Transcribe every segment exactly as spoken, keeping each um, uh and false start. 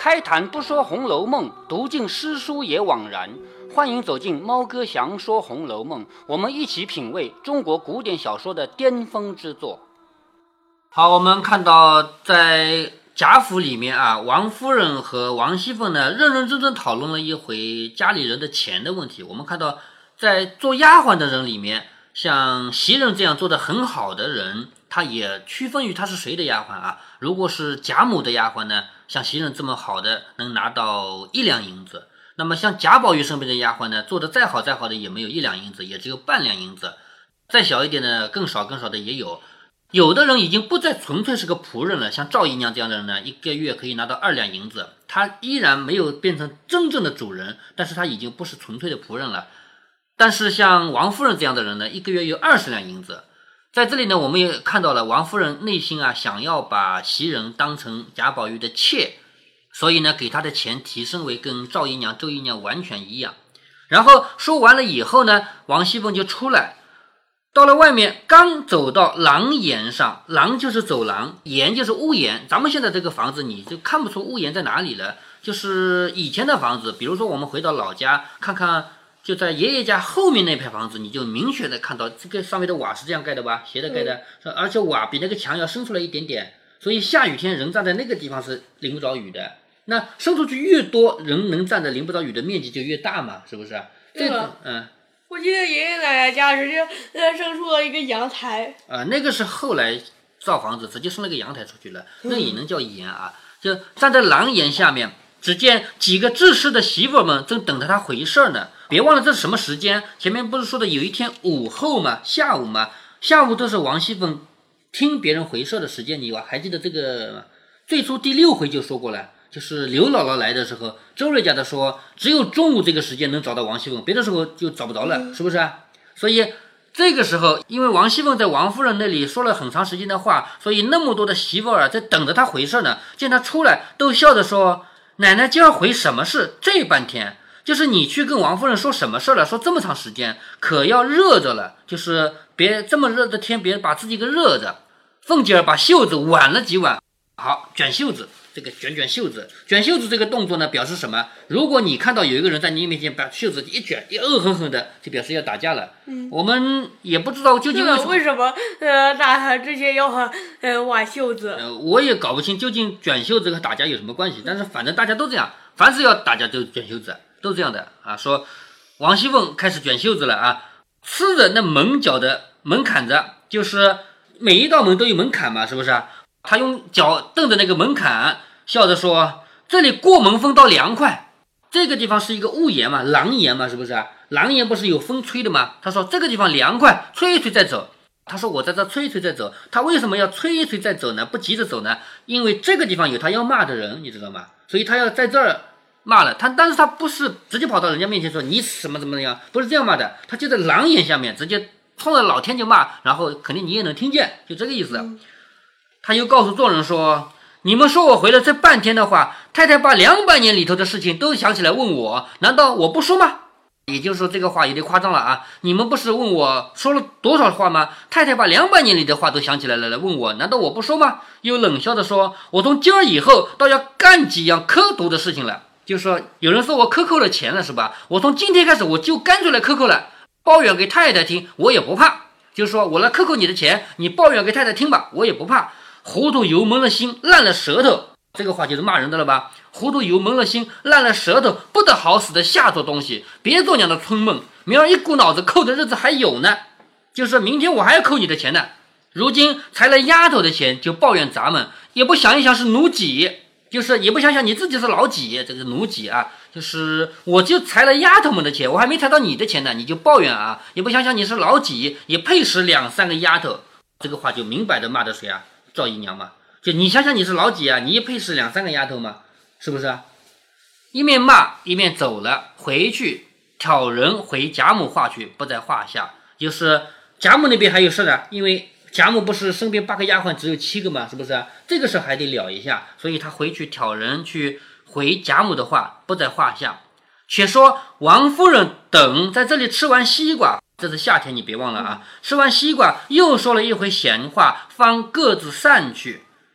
开坛不说《红楼梦》，读尽诗书也枉然。欢迎走进猫哥祥说《红楼梦》，我们一起品味中国古典小说的巅峰之作。好，我们看到在贾府里面啊，王夫人和王熙凤呢，认认真真讨论了一回家里人的钱的问题。我们看到，在做丫鬟的人里面，像袭人这样做得很好的人，他也区分于他是谁的丫鬟啊。如果是贾母的丫鬟呢，像袭人这么好的，能拿到一两银子。那么像贾宝玉身边的丫鬟呢，做得再好再好的也没有一两银子，也只有半两银子。再小一点的，更少更少的也有。有的人已经不再纯粹是个仆人了，像赵姨娘这样的人呢，一个月可以拿到二两银子，他依然没有变成真正的主人，但是他已经不是纯粹的仆人了。但是像王夫人这样的人呢，一个月有二十两银子。在这里呢，我们也看到了王夫人内心啊，想要把袭人当成贾宝玉的妾，所以呢，给他的钱提升为跟赵姨娘、周姨娘完全一样。然后说完了以后呢，王熙凤就出来，到了外面，刚走到廊檐上，廊就是走廊，檐就是屋檐。咱们现在这个房子你就看不出屋檐在哪里了，就是以前的房子，比如说我们回到老家看看，就在爷爷家后面那排房子，你就明确的看到这个上面的瓦是这样盖的吧，斜的盖的，嗯、而且瓦比那个墙要伸出来一点点，所以下雨天人站在那个地方是淋不着雨的。那伸出去越多，人能站的淋不着雨的面积就越大嘛，是不是？ 对个嗯。 我记得爷爷奶奶家直接呃生出了一个阳台啊、呃，那个是后来造房子直接生了个阳台出去了，那也能叫檐啊。就站在廊檐下面，只见几个知识的媳妇们正等着他回事呢。别忘了这是什么时间？前面不是说的有一天午后嘛，下午嘛，下午都是王熙凤听别人回事的时间。你还记得这个？最初第六回就说过了。就是刘姥姥来的时候，周瑞家的说只有中午这个时间能找到王熙凤，别的时候就找不着了，是不是？所以这个时候，因为王熙凤在王夫人那里说了很长时间的话，所以那么多的媳妇儿啊在等着她回事呢。见她出来，都笑着说：“奶奶今儿回什么事？这半天，就是你去跟王夫人说什么事了？说这么长时间，可要热着了，就是别这么热的天，别把自己给热着。凤姐儿把袖子挽了几挽，好卷袖子。”这个卷卷袖子，卷袖子这个动作呢，表示什么？如果你看到有一个人在你面前把袖子一卷，一恶狠狠的，就表示要打架了。嗯，我们也不知道究竟为什么， 为什么呃打之前要很呃挽袖子？ 呃，我也搞不清究竟卷袖子和打架有什么关系。但是反正大家都这样，凡是要打架就卷袖子，都这样的啊。说王熙凤开始卷袖子了啊，呲着那门角的门槛子，就是每一道门都有门槛嘛，是不是？他用脚蹬着那个门槛，笑着说：“这里过门风倒凉快。”这个地方是一个屋檐嘛，廊檐嘛，是不是？廊檐不是有风吹的吗？他说这个地方凉快，吹一吹再走。他说我在这吹一吹再走。他为什么要吹一吹再走呢？不急着走呢？因为这个地方有他要骂的人，你知道吗？所以他要在这儿骂了他，但是他不是直接跑到人家面前说你什么怎么样，不是这样骂的，他就在廊檐下面直接冲着老天就骂，然后肯定你也能听见，就这个意思。嗯，他又告诉众人说：“你们说我回了这半天的话，太太把两百年里头的事情都想起来问我，难道我不说吗？”也就是说这个话有点夸张了啊！你们不是问我说了多少话吗？太太把两百年里的话都想起来了来问我，难道我不说吗？又冷笑着说：“我从今儿以后倒要干几样刻毒的事情了。”就是说有人说我克扣了钱了是吧？我从今天开始我就干脆来克扣了，抱怨给太太听，我也不怕。就是说我来克扣你的钱，你抱怨给太太听吧，我也不怕。糊涂油蒙了心，烂了舌头，这个话就是骂人的了吧？糊涂油蒙了心，烂了舌头，不得好死的下作东西，别做娘的春梦，明儿一股脑子扣的日子还有呢，就是明天我还要扣你的钱呢。如今裁了丫头的钱就抱怨咱们，也不想一想是奴几，就是也不想想你自己是老几，这个奴几啊，就是我就裁了丫头们的钱，我还没裁到你的钱呢，你就抱怨啊，也不想想你是老几，也配使两三个丫头，这个话就明摆的骂的谁啊？赵姨娘嘛，就你想想你是老几啊？你也配使两三个丫头吗？是不是？一面骂一面走了，回去挑人回贾母话去，不在话下。就是贾母那边还有事的，因为贾母不是身边八个丫鬟只有七个嘛，是不是？这个事还得了一下，所以他回去挑人去回贾母的话，不在话下。且说王夫人等在这里吃完西瓜，这是夏天，你别忘了啊！吃完西瓜，又说了一回闲话，方各自散去。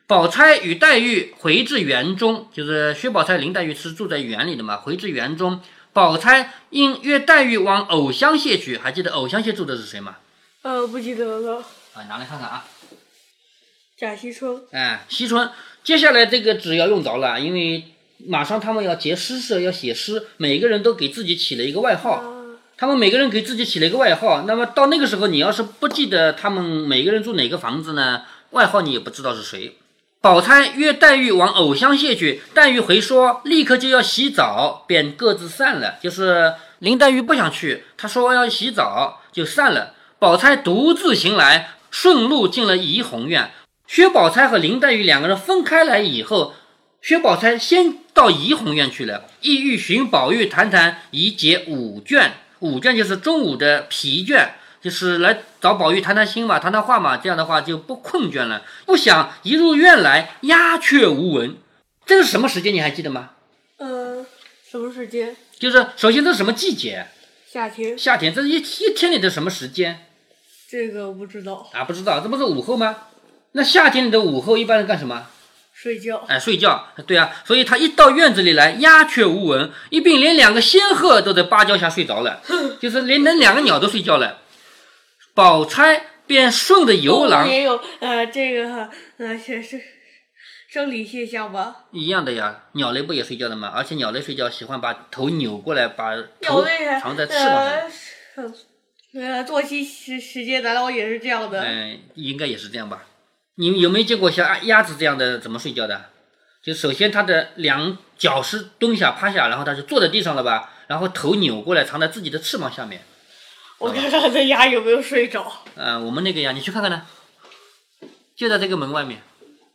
宝钗与黛玉回至园中，就是薛宝钗、林黛玉是住在园里的嘛。回至园中，宝钗因约黛玉往藕香榭去，还记得藕香榭住的是谁吗？ 呃，不记得了。 啊，拿来看看啊。 贾惜春。 哎，惜春。接下来这个纸要用着了，因为马上他们要结诗社，要写诗，每个人都给自己起了一个外号。啊他们每个人给自己起了一个外号，那么到那个时候，你要是不记得他们每个人住哪个房子呢，外号你也不知道是谁。宝钗约黛玉往藕香榭去，黛玉回说立刻就要洗澡，便各自散了。就是林黛玉不想去，她说要洗澡，就散了。宝钗独自行来，顺路进了怡红院。薛宝钗和林黛玉两个人分开来以后，薛宝钗先到怡红院去了，意欲寻宝玉谈谈以解午倦。午倦就是中午的疲倦，就是来找宝玉谈谈心嘛，谈谈话嘛，这样的话就不困倦了。不想一入院来，鸦雀无闻。这是什么时间你还记得吗？ 呃，什么时间？ 就是首先这是什么季节？ 夏天。 夏天，这是一一天里的什么时间？ 这个不知道啊，不知道，这不是午后吗？那夏天里的午后一般是干什么？ 睡觉。 哎，睡觉。对啊，所以他一到院子里来，鸦雀无闻，一并连两个仙鹤都在芭蕉下睡着了，就是连那两个鸟都睡觉了。宝钗便顺着游廊， 也有呃这个呃是是生理现象吧？ 一样的呀，鸟类不也睡觉的吗？而且鸟类睡觉喜欢把头扭过来，把头藏在翅膀上。 呃呃，作息时时间难道也是这样的？ 嗯，应该也是这样吧。你有没有见过像鸭子这样的怎么睡觉的？就首先它的两脚是蹲下趴下，然后它就坐在地上了吧，然后头扭过来藏在自己的翅膀下面。 我看看这鸭有没有睡着。 呃，我们那个鸭，你去看看呢，就在这个门外面。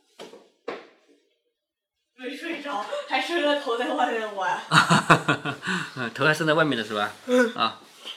没睡着，还伸着头在外面玩。 嗯，头还伸在外面的是吧？啊。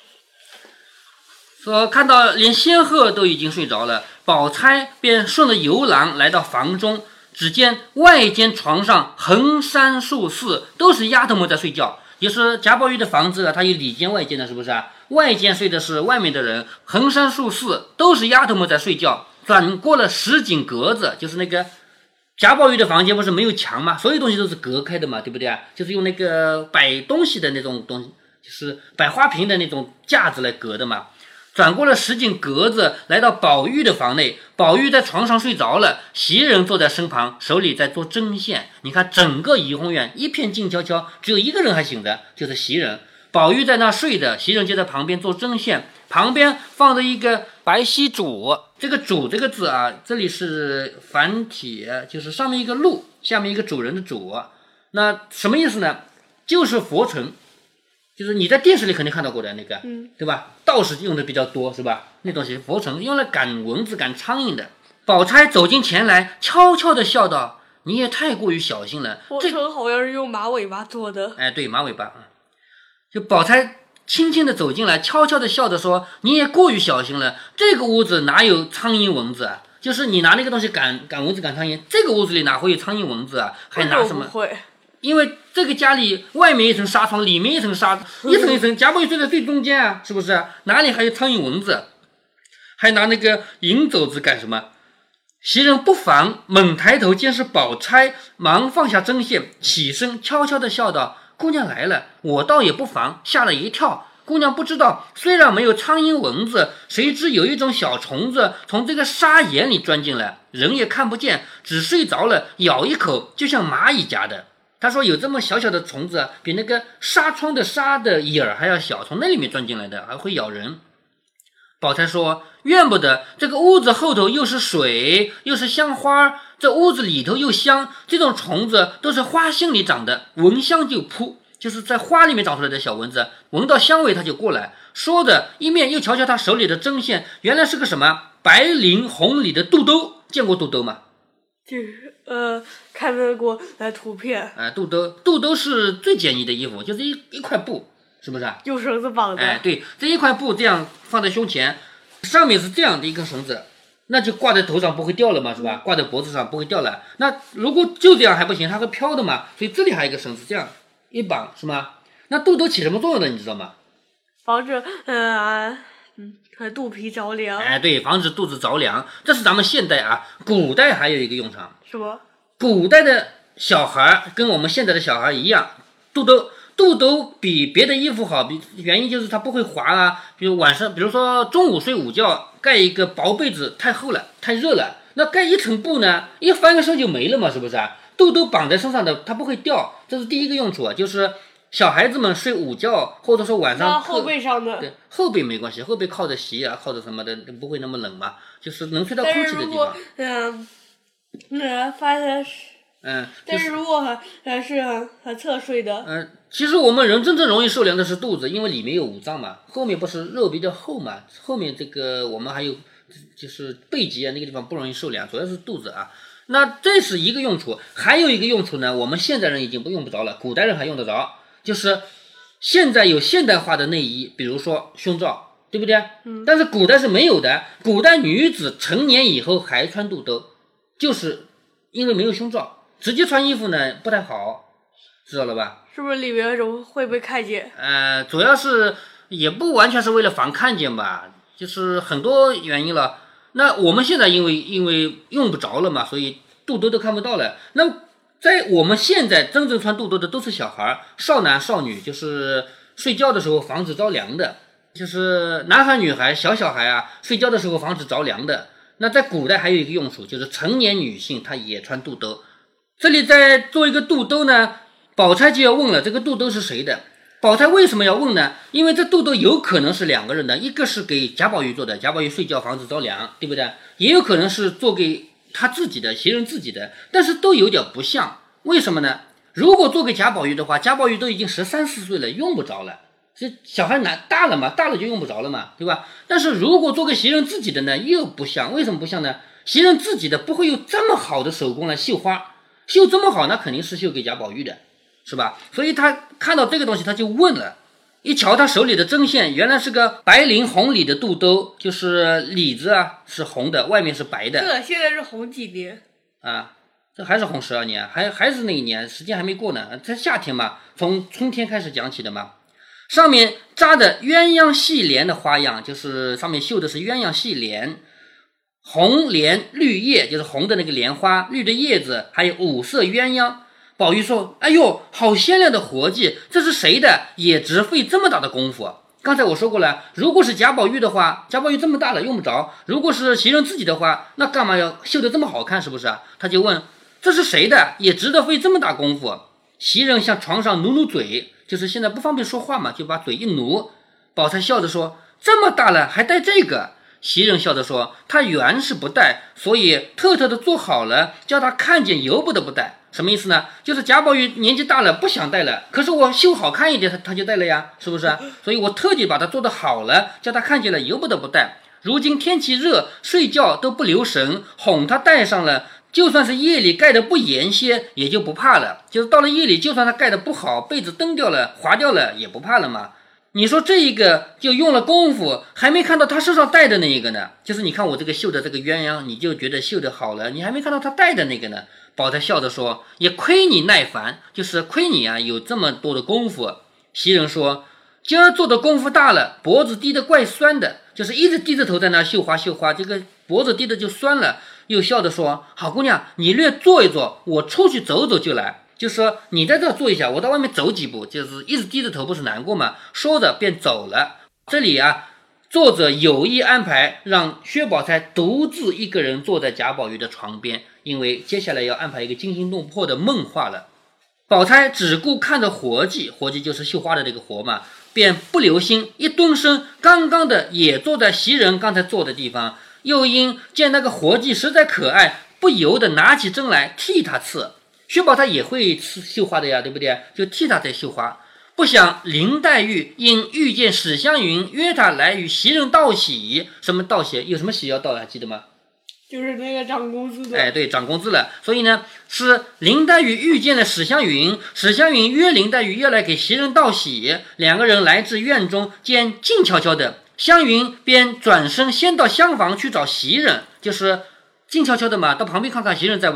说看到连仙鹤都已经睡着了，宝钗便顺着游廊来到房中，只见外间床上横三竖四都是丫头们在睡觉。也是贾宝玉的房子啊，它有里间外间的，是不是啊？外间睡的是外面的人，横三竖四都是丫头们在睡觉。转过了石井格子，就是那个贾宝玉的房间不是没有墙吗？所有东西都是隔开的嘛，对不对啊？就是用那个摆东西的那种东西，就是摆花瓶的那种架子来隔的嘛。转过了石井格子，来到宝玉的房内。宝玉在床上睡着了，袭人坐在身旁，手里在做针线。你看整个怡红院一片静悄悄，只有一个人还醒的，就是袭人。宝玉在那睡的，袭人就在旁边做针线，旁边放着一个白皙主。这个主这个字啊，这里是繁体，就是上面一个鹿，下面一个主人的主。那什么意思呢？就是佛尘。就是你在电视里肯定看到过的那个， 嗯， 对吧？道士用的比较多，是吧？那东西佛尘用来赶蚊子、赶苍蝇的。宝钗走近前来，悄悄地笑道：“你也太过于小心了。” 佛尘好像是用马尾巴做的。 哎，对，马尾巴啊。就宝钗轻轻地走进来，悄悄地笑着说：“你也过于小心了。这个屋子哪有苍蝇蚊子啊？就是你拿那个东西赶赶蚊子、赶苍蝇，这个屋子里哪会有苍蝇蚊子啊？还拿什么？” 不会。 因为这个家里外面一层纱窗，里面一层纱，一层一层，贾宝玉睡在最中间啊，是不是？哪里还有苍蝇蚊子？还拿那个银肘子干什么？袭人不防，猛抬头见是宝钗，忙放下针线，起身悄悄地笑道：“姑娘来了，我倒也不防，吓了一跳。姑娘不知道，虽然没有苍蝇蚊子，谁知有一种小虫子从这个纱眼里钻进来，人也看不见，只睡着了，咬一口就像蚂蚁夹的。”他说有这么小小的虫子，比那个纱窗的纱的眼儿还要小，从那里面钻进来的，还会咬人。宝钗说：“怨不得，这个屋子后头又是水，又是香花，这屋子里头又香。这种虫子都是花心里长的，闻香就扑，就是在花里面长出来的小蚊子，闻到香味它就过来。”说的一面又瞧瞧他手里的针线，原来是个什么白绫红里的肚兜。见过肚兜吗？ 就是呃，看到过呃图片。 哎、呃，肚兜，肚兜是最简易的衣服，就是一一块布，是不是啊？ 用绳子绑的。 哎，对，这一块布这样放在胸前，上面是这样的一根绳子，那就挂在头上不会掉了嘛，是吧？挂在脖子上不会掉了。那如果就这样还不行，它会飘的嘛，所以这里还有一个绳子，这样一绑，是吗？那肚兜起什么作用呢？你知道吗？ 防止呃嗯，和肚皮着凉。 哎，对，防止肚子着凉，这是咱们现代啊。古代还有一个用场， 什么？ 古代的小孩跟我们现在的小孩一样，肚兜肚兜比别的衣服好，比原因就是它不会滑啊。比如晚上，比如说中午睡午觉，盖一个薄被子太厚了，太热了，那盖一层布呢，一翻个身就没了嘛，是不是啊？肚兜绑在身上的它不会掉，这是第一个用处啊，就是小孩子们睡午觉或者说晚上后背上的， 对，后背没关系，后背靠着席啊，靠着什么的，不会那么冷嘛，就是能吹到空气的地方。 嗯，那发现是。 嗯， 但是如果还还是很侧睡的， 嗯，其实我们人真正容易受凉的是肚子，因为里面有五脏嘛，后面不是肉比较厚嘛，后面这个我们还有就是背脊啊那个地方不容易受凉，主要是肚子啊。那这是一个用处，还有一个用处呢，我们现代人已经不用不着了，古代人还用得着，就是现在有现代化的内衣，比如说胸罩，对不对？嗯。但是古代是没有的，古代女子成年以后还穿肚兜，就是因为没有胸罩。直接穿衣服呢不太好，知道了吧？ 是不是里面容会被看见？ 呃，主要是也不完全是为了防看见吧，就是很多原因了。那我们现在因为因为用不着了嘛，所以肚兜都看不到了。那在我们现在真正穿肚兜的都是小孩、少男少女，就是睡觉的时候防止着凉的，就是男孩女孩小小孩啊，睡觉的时候防止着凉的。那在古代还有一个用处，就是成年女性她也穿肚兜。这里再做一个肚兜呢，宝钗就要问了，这个肚兜是谁的？宝钗为什么要问呢？因为这肚兜有可能是两个人的，一个是给贾宝玉做的，贾宝玉睡觉防止着凉，对不对？也有可能是做给他自己的，袭人自己的，但是都有点不像。为什么呢？如果做给贾宝玉的话，贾宝玉都已经十三四岁了，用不着了。这小孩男大了嘛，大了就用不着了嘛，对吧？但是如果做给袭人自己的呢，又不像。为什么不像呢？袭人自己的不会有这么好的手工来绣花。绣这么好，那肯定是绣给贾宝玉的，是吧？所以他看到这个东西，他就问了。一瞧他手里的针线，原来是个白绫红里的肚兜，就是里子啊是红的，外面是白的。 这现在是红几年啊？这还是红十二年，还还是那一年，时间还没过呢。在夏天嘛，从春天开始讲起的嘛。上面扎的鸳鸯戏莲的花样，就是上面绣的是鸳鸯戏莲。红莲绿叶，就是红的那个莲花，绿的叶子，还有五色鸳鸯。宝玉说：“哎呦，好鲜亮的活计，这是谁的？也值费这么大的功夫。刚才我说过了，如果是贾宝玉的话，贾宝玉这么大了用不着；如果是袭人自己的话，那干嘛要绣得这么好看？是不是？他就问：这是谁的？也值得费这么大功夫？袭人向床上努努嘴，就是现在不方便说话嘛，就把嘴一努。宝钗笑着说：这么大了还戴这个？袭人笑着说：他原是不戴，所以特特的做好了，叫他看见由不得不戴。什么意思呢？就是贾宝玉年纪大了不想戴了，可是我绣好看一点他他就戴了呀，是不是？所以我特地把它做得好了，叫他看见了由不得不戴。如今天气热，睡觉都不留神，哄他戴上了，就算是夜里盖得不严些也就不怕了。就是到了夜里，就算他盖得不好，被子蹬掉了划掉了也不怕了嘛。你说这一个就用了功夫，还没看到他身上戴的那一个呢，就是你看我这个绣的这个鸳鸯，你就觉得绣的好了，你还没看到他戴的那个呢。宝钗笑着说：也亏你耐烦，就是亏你啊有这么多的功夫。袭人说：今儿做的功夫大了，脖子低得怪酸的，就是一直低着头在那绣花绣花，这个脖子低的就酸了。又笑着说：好姑娘，你略坐一坐，我出去走走就来。就说你在这坐一下，我到外面走几步，就是一直低着头不是难过吗？说着便走了。这里啊，作者有意安排让薛宝钗独自一个人坐在贾宝玉的床边，因为接下来要安排一个惊心动魄的梦话了。宝钗只顾看着活计，活计就是绣花的这个活嘛，便不留心，一蹲身，刚刚的也坐在袭人刚才坐的地方，又因见那个活计实在可爱，不由得拿起针来替他刺。薛宝钗也会绣花的呀，对不对？就替他在绣花。不想林黛玉因遇见史湘云，约他来与袭人道喜。什么道喜？有什么喜要道还记得吗？ 就是那个长工资的。 哎，对，长工资了。所以呢，是林黛玉遇见了史湘云，史湘云约林黛玉要来给袭人道喜。两个人来至院中，见静悄悄的，湘云便转身先到厢房去找袭人，就是静悄悄的嘛，到旁边看看袭人在不在。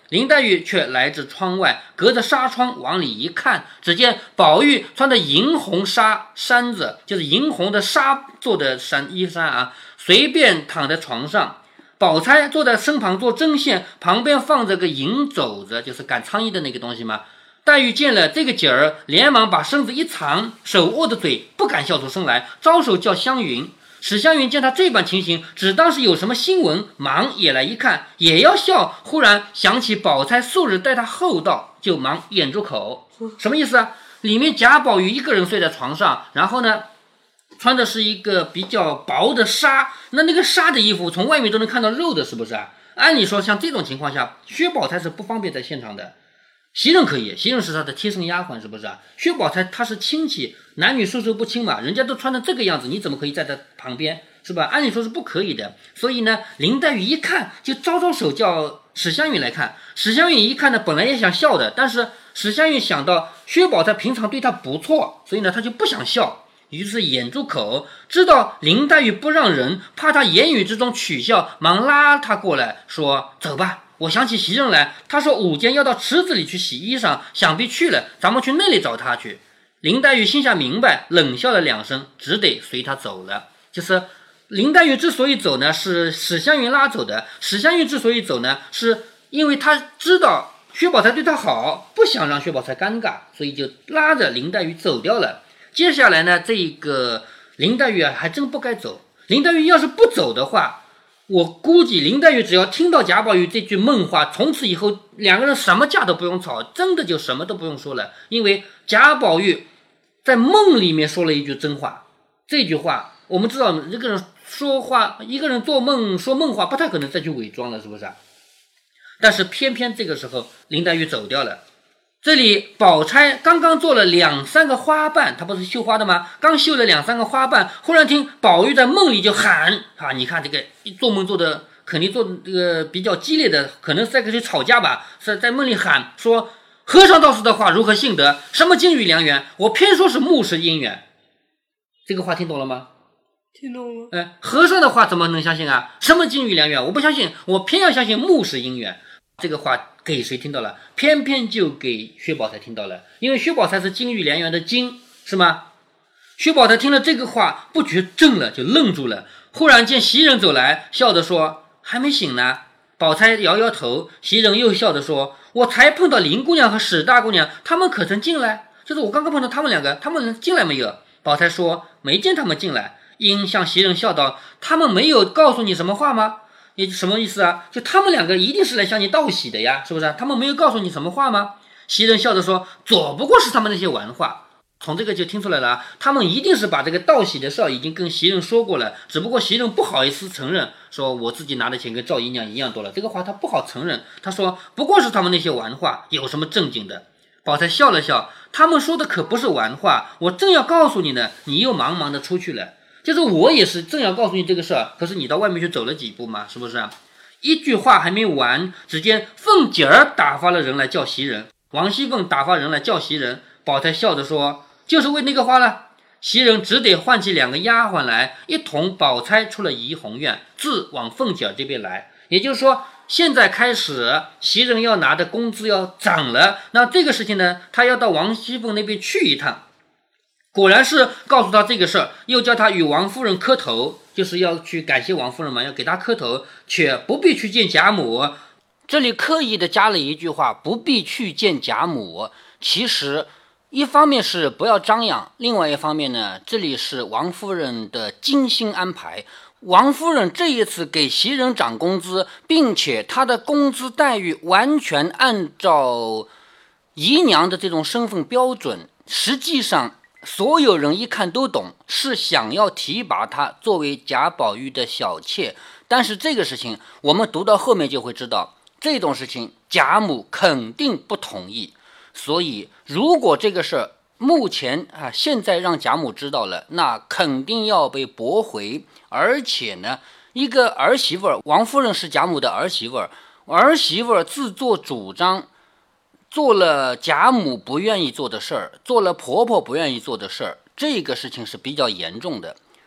林黛玉却来至窗外，隔着纱窗往里一看，只见宝玉穿的银红纱衫子，就是银红的纱做的衫衣衫啊，随便躺在床上。宝钗坐在身旁做针线，旁边放着个银肘子，就是赶苍蝇的那个东西嘛。黛玉见了这个景儿，连忙把身子一藏，手握着嘴，不敢笑出声来，招手叫湘云。史湘云见他这般情形，只当是有什么新闻，忙也来一看，也要笑，忽然想起宝钗素日待他厚道，就忙掩住口。什么意思啊？里面贾宝玉一个人睡在床上，然后呢穿的是一个比较薄的纱，那那个纱的衣服从外面都能看到肉的，是不是啊？按理说像这种情况下，薛宝钗是不方便在现场的，袭人可以，袭人是他的贴身丫鬟，是不是啊？薛宝钗她是亲戚，男女授受不亲嘛，人家都穿成这个样子，你怎么可以在他旁边，是吧？按理说是不可以的。所以呢，林黛玉一看就招招手叫史湘云来看。史湘云一看呢，本来也想笑的，但是史湘云想到薛宝钗平常对她不错，所以呢，她就不想笑，于是掩住口，知道林黛玉不让人，怕她言语之中取笑，忙拉她过来说：“走吧。我想起袭人来，他说午间要到池子里去洗衣裳，想必去了，咱们去那里找他去。”林黛玉心下明白，冷笑了两声，只得随他走了。就是林黛玉之所以走呢，是史湘云拉走的。史湘云之所以走呢，是因为他知道薛宝钗对他好，不想让薛宝钗尴尬，所以就拉着林黛玉走掉了。接下来呢，这个林黛玉啊，还真不该走。林黛玉要是不走的话，我估计林黛玉只要听到贾宝玉这句梦话，从此以后两个人什么架都不用吵，真的就什么都不用说了。因为贾宝玉在梦里面说了一句真话，这句话我们知道，一个人说话，一个人做梦说梦话，不太可能再去伪装了，是不是？但是偏偏这个时候林黛玉走掉了。这里宝钗刚刚做了两三个花瓣，她不是绣花的吗？刚绣了两三个花瓣，忽然听宝玉在梦里就喊啊！你看这个做梦做的肯定做这个比较激烈的，可能是在跟谁吵架吧，是在梦里喊说：“和尚道士的话如何信得？什么金玉良缘？我偏说是木石姻缘。”这个话听懂了吗？ 听懂了。 哎，和尚的话怎么能相信啊？什么金玉良缘？我不相信，我偏要相信木石姻缘。这个话给谁听到了？偏偏就给薛宝钗听到了，因为薛宝钗是金玉良缘的金，是吗？薛宝钗听了这个话，不觉怔了，就愣住了。忽然见袭人走来，笑着说：“还没醒呢。”宝钗摇摇头，袭人又笑着说：“我才碰到林姑娘和史大姑娘，他们可曾进来？就是我刚刚碰到他们两个，他们进来没有？”宝钗说：“没见他们进来。”因向袭人笑道：“他们没有告诉你什么话吗？”也什么意思啊？就他们两个一定是来向你道喜的呀，是不是？他们没有告诉你什么话吗？袭人笑着说：“左不过是他们那些玩话。”从这个就听出来了啊，他们一定是把这个道喜的事已经跟袭人说过了，只不过袭人不好意思承认，说我自己拿的钱跟赵姨娘一样多了，这个话他不好承认。他说不过是他们那些玩话，有什么正经的？宝钗笑了笑，他们说的可不是玩话，我正要告诉你呢，你又忙忙的出去了。就是我也是正要告诉你这个事儿，可是你到外面去走了几步嘛，是不是啊？一句话还没完，只见凤姐儿打发了人来叫袭人，王熙凤打发人来叫袭人。宝钗笑着说：“就是为那个话了。”袭人只得唤起两个丫鬟来，一同宝钗出了怡红院，自往凤姐儿这边来。也就是说，现在开始袭人要拿的工资要涨了，那这个事情呢，她要到王熙凤那边去一趟。果然是告诉他这个事儿，又叫他与王夫人磕头，就是要去感谢王夫人嘛，要给他磕头，却不必去见贾母。这里刻意的加了一句话，不必去见贾母。其实一方面是不要张扬，另外一方面呢，这里是王夫人的精心安排。王夫人这一次给袭人涨工资，并且她的工资待遇完全按照姨娘的这种身份标准，实际上所有人一看都懂，是想要提拔她作为贾宝玉的小妾。但是这个事情我们读到后面就会知道，这种事情贾母肯定不同意。所以如果这个事儿目前啊现在让贾母知道了，那肯定要被驳回。而且呢，一个儿媳妇儿，王夫人是贾母的儿媳妇儿，儿媳妇儿自作主张做了贾母不愿意做的事儿，做了婆婆不愿意做的事儿，这个事情是比较严重的。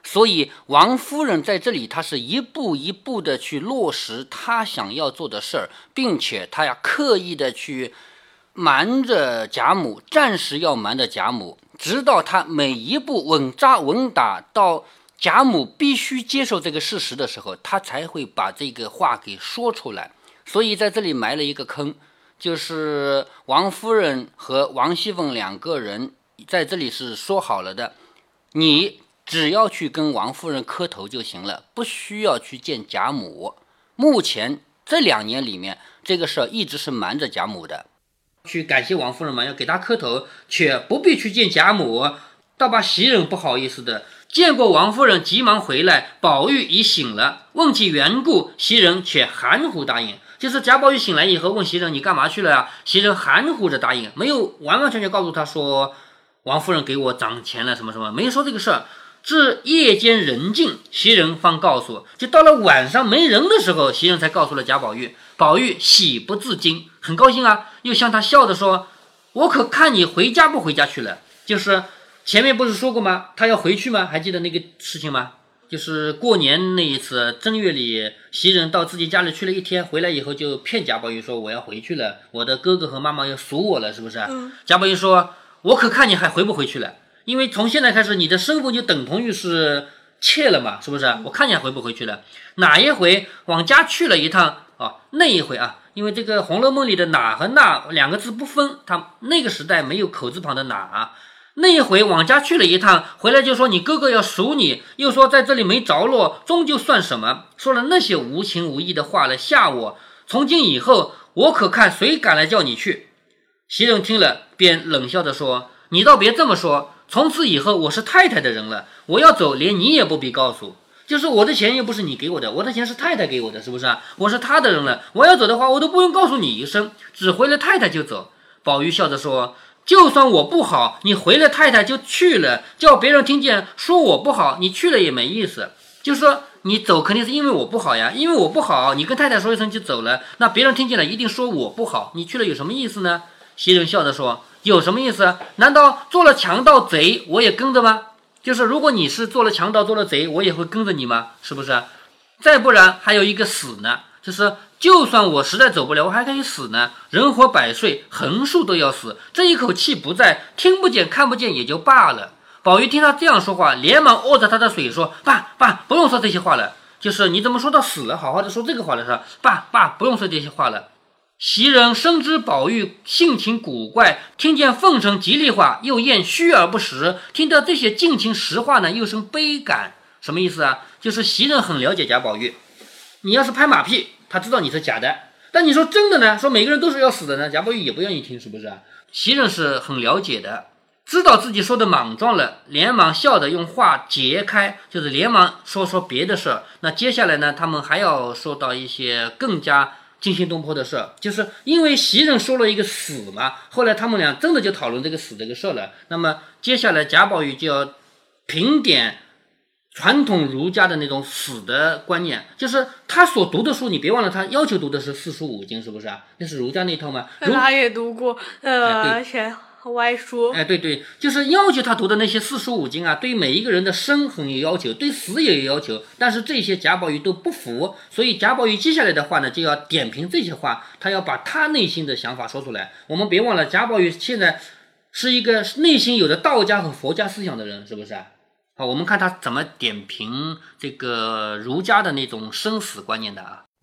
所以王夫人在这里，她是一步一步的去落实她想要做的事儿，并且她要刻意的去瞒着贾母，暂时要瞒着贾母，直到她每一步稳扎稳打，到贾母必须接受这个事实的时候，她才会把这个话给说出来。所以在这里埋了一个坑，就是王夫人和王熙凤两个人在这里是说好了的，你只要去跟王夫人磕头就行了，不需要去见贾母。目前这两年里面，这个事儿一直是瞒着贾母的。 去感谢王夫人嘛，要给她磕头，却不必去见贾母，倒把袭人不好意思的。见过王夫人，急忙回来，宝玉已醒了，问其缘故，袭人却含糊答应。就是贾宝玉醒来以后问袭人你干嘛去了啊？袭人含糊着答应，没有完完全全告诉他说王夫人给我涨钱了什么什么，没有说这个事儿。至夜间人静，袭人方告诉，就到了晚上没人的时候，袭人才告诉了贾宝玉。宝玉喜不自禁，很高兴啊，又向他笑着说，我可看你回家不回家去了。就是前面不是说过吗？他要回去吗？还记得那个事情吗？就是过年那一次正月里，袭人到自己家里去了一天，回来以后就骗贾宝玉说我要回去了，我的哥哥和妈妈要数我了，是不是？嗯。贾宝玉说我可看你还回不回去了，因为从现在开始你的身份就等同于是妾了嘛，是不是？我看你还回不回去了。哪一回往家去了一趟啊？那一回啊，因为这个《红楼梦》里的哪和那两个字不分，他那个时代没有口字旁的哪。那一回往家去了一趟，回来就说你哥哥要赎你，又说在这里没着落，终究算什么？说了那些无情无义的话来吓我。从今以后，我可看谁敢来叫你去。袭人听了，便冷笑着说：“你倒别这么说，从此以后我是太太的人了，我要走，连你也不必告诉。就是我的钱又不是你给我的，我的钱是太太给我的，是不是啊？我是她的人了，我要走的话，我都不用告诉你一声，只回了太太就走。”宝玉笑着说：“就算我不好，你回了太太就去了，叫别人听见说我不好，你去了也没意思。就是说你走肯定是因为我不好呀，因为我不好，你跟太太说一声就走了，那别人听见了一定说我不好，你去了有什么意思呢？”袭人笑着说：“有什么意思？难道做了强盗贼我也跟着吗？就是如果你是做了强盗做了贼，我也会跟着你吗？是不是？再不然还有一个死呢，就是就算我实在走不了，我还可以死呢。人活百岁，横竖都要死，这一口气不在，听不见看不见也就罢了。”宝玉听他这样说话，连忙握着他的水说：“爸爸，不用说这些话了。就是你怎么说到死了，好好的说这个话了是吧？爸爸，不用说这些话了。”袭人深知宝玉性情古怪，听见奉承吉利话又厌虚而不实，听到这些尽情实话呢，又生悲感。什么意思啊？就是袭人很了解贾宝玉，你要是拍马屁，他知道你是假的，但你说真的呢，说每个人都是要死的呢，贾宝玉也不愿意听，是不是啊？袭人是很了解的，知道自己说的莽撞了，连忙笑着用话解开，就是连忙说说别的事儿。那接下来呢，他们还要说到一些更加惊心动魄的事儿，就是因为袭人说了一个死嘛，后来他们俩真的就讨论这个死这个事儿了。那么接下来贾宝玉就要评点传统儒家的那种死的观念，就是他所读的书，你别忘了他要求读的是四书五经，是不是啊？那是儒家那套吗？ 他也读过呃写歪书。 哎，对对，就是要求他读的那些四书五经啊，对于每一个人的生很有要求，对死也有要求，但是这些贾宝玉都不服，所以贾宝玉接下来的话呢，就要点评这些话，他要把他内心的想法说出来。我们别忘了，贾宝玉现在是一个内心有着道家和佛家思想的人，是不是啊？好，我们看他怎么点评这个儒家的那种生死观念的啊。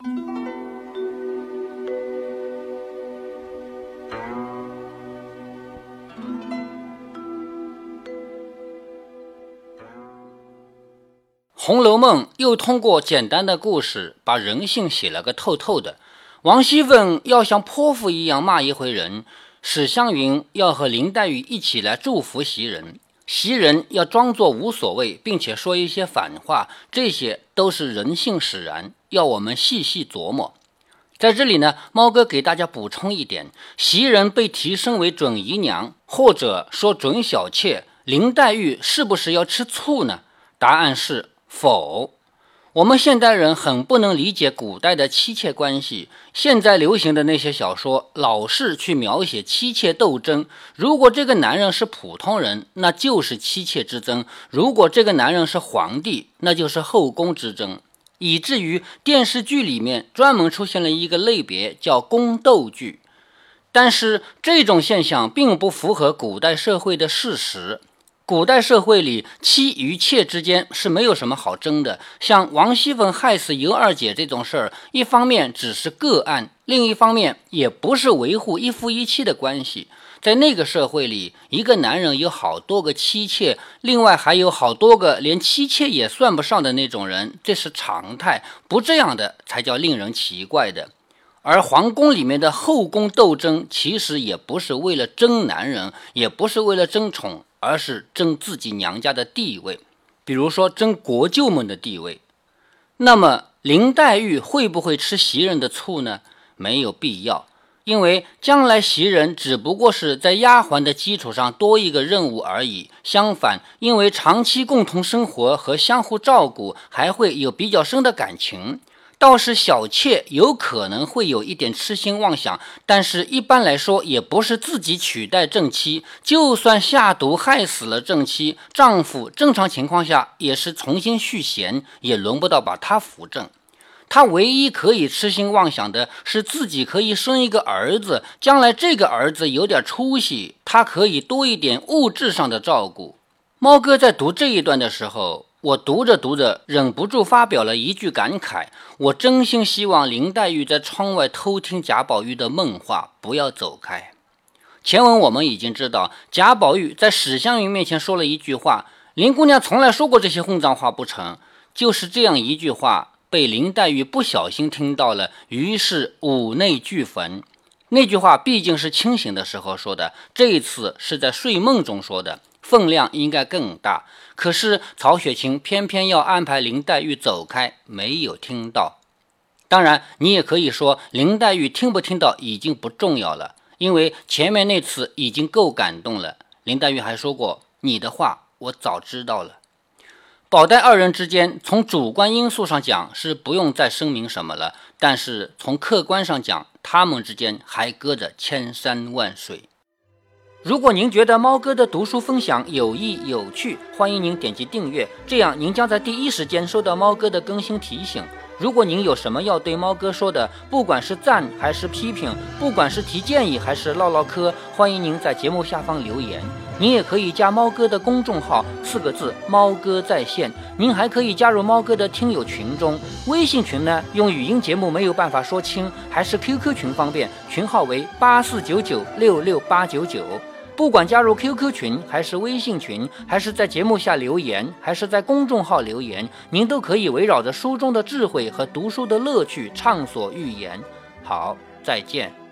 《红楼梦》又通过简单的故事把人性写了个透透的。王熙凤要像泼妇一样骂一回人，史湘云要和林黛玉一起来祝福袭人，袭人要装作无所谓，并且说一些反话，这些都是人性使然，要我们细细琢磨。在这里呢，猫哥给大家补充一点，袭人被提升为准姨娘，或者说准小妾，林黛玉是不是要吃醋呢？答案是否。 我们现代人很不能理解古代的妻妾关系，现在流行的那些小说老是去描写妻妾斗争，如果这个男人是普通人，那就是妻妾之争；如果这个男人是皇帝，那就是后宫之争，以至于电视剧里面专门出现了一个类别叫宫斗剧。但是这种现象并不符合古代社会的事实。古代社会里，妻与妾之间是没有什么好争的。像王熙凤害死尤二姐这种事儿，一方面只是个案，另一方面也不是维护一夫一妻的关系。在那个社会里，一个男人有好多个妻妾，另外还有好多个连妻妾也算不上的那种人，这是常态，不这样的才叫令人奇怪的。而皇宫里面的后宫斗争，其实也不是为了争男人，也不是为了争宠，而是争自己娘家的地位，比如说争国舅们的地位。那么林黛玉会不会吃袭人的醋呢？没有必要，因为将来袭人只不过是在丫鬟的基础上多一个任务而已。相反，因为长期共同生活和相互照顾，还会有比较深的感情。倒是小妾有可能会有一点痴心妄想，但是一般来说也不是自己取代正妻，就算下毒害死了正妻，丈夫正常情况下也是重新续弦，也轮不到把她扶正。她唯一可以痴心妄想的是自己可以生一个儿子，将来这个儿子有点出息，她可以多一点物质上的照顾。猫哥在读这一段的时候，我读着读着忍不住发表了一句感慨，我真心希望林黛玉在窗外偷听贾宝玉的梦话，不要走开。前文我们已经知道，贾宝玉在史湘云面前说了一句话，林姑娘从来说过这些混账话不成？就是这样一句话被林黛玉不小心听到了，于是五内俱焚。那句话毕竟是清醒的时候说的，这一次是在睡梦中说的，分量应该更大。可是曹雪芹偏偏要安排林黛玉走开，没有听到。当然你也可以说林黛玉听不听到已经不重要了，因为前面那次已经够感动了。林黛玉还说过，你的话我早知道了。宝黛二人之间从主观因素上讲是不用再声明什么了，但是从客观上讲，他们之间还隔着千山万水。如果您觉得猫哥的读书分享有益有趣，欢迎您点击订阅，这样您将在第一时间收到猫哥的更新提醒。如果您有什么要对猫哥说的，不管是赞还是批评，不管是提建议还是唠唠嗑，欢迎您在节目下方留言。您也可以加猫哥的公众号，四个字猫哥在线。您还可以加入猫哥的听友群中，微信群呢用语音节目没有办法说清，还是 Q Q 群方便，群号为八四九九六六八九九。不管加入 Q Q 群还是微信群，还是在节目下留言，还是在公众号留言，您都可以围绕着书中的智慧和读书的乐趣畅所欲言。好，再见。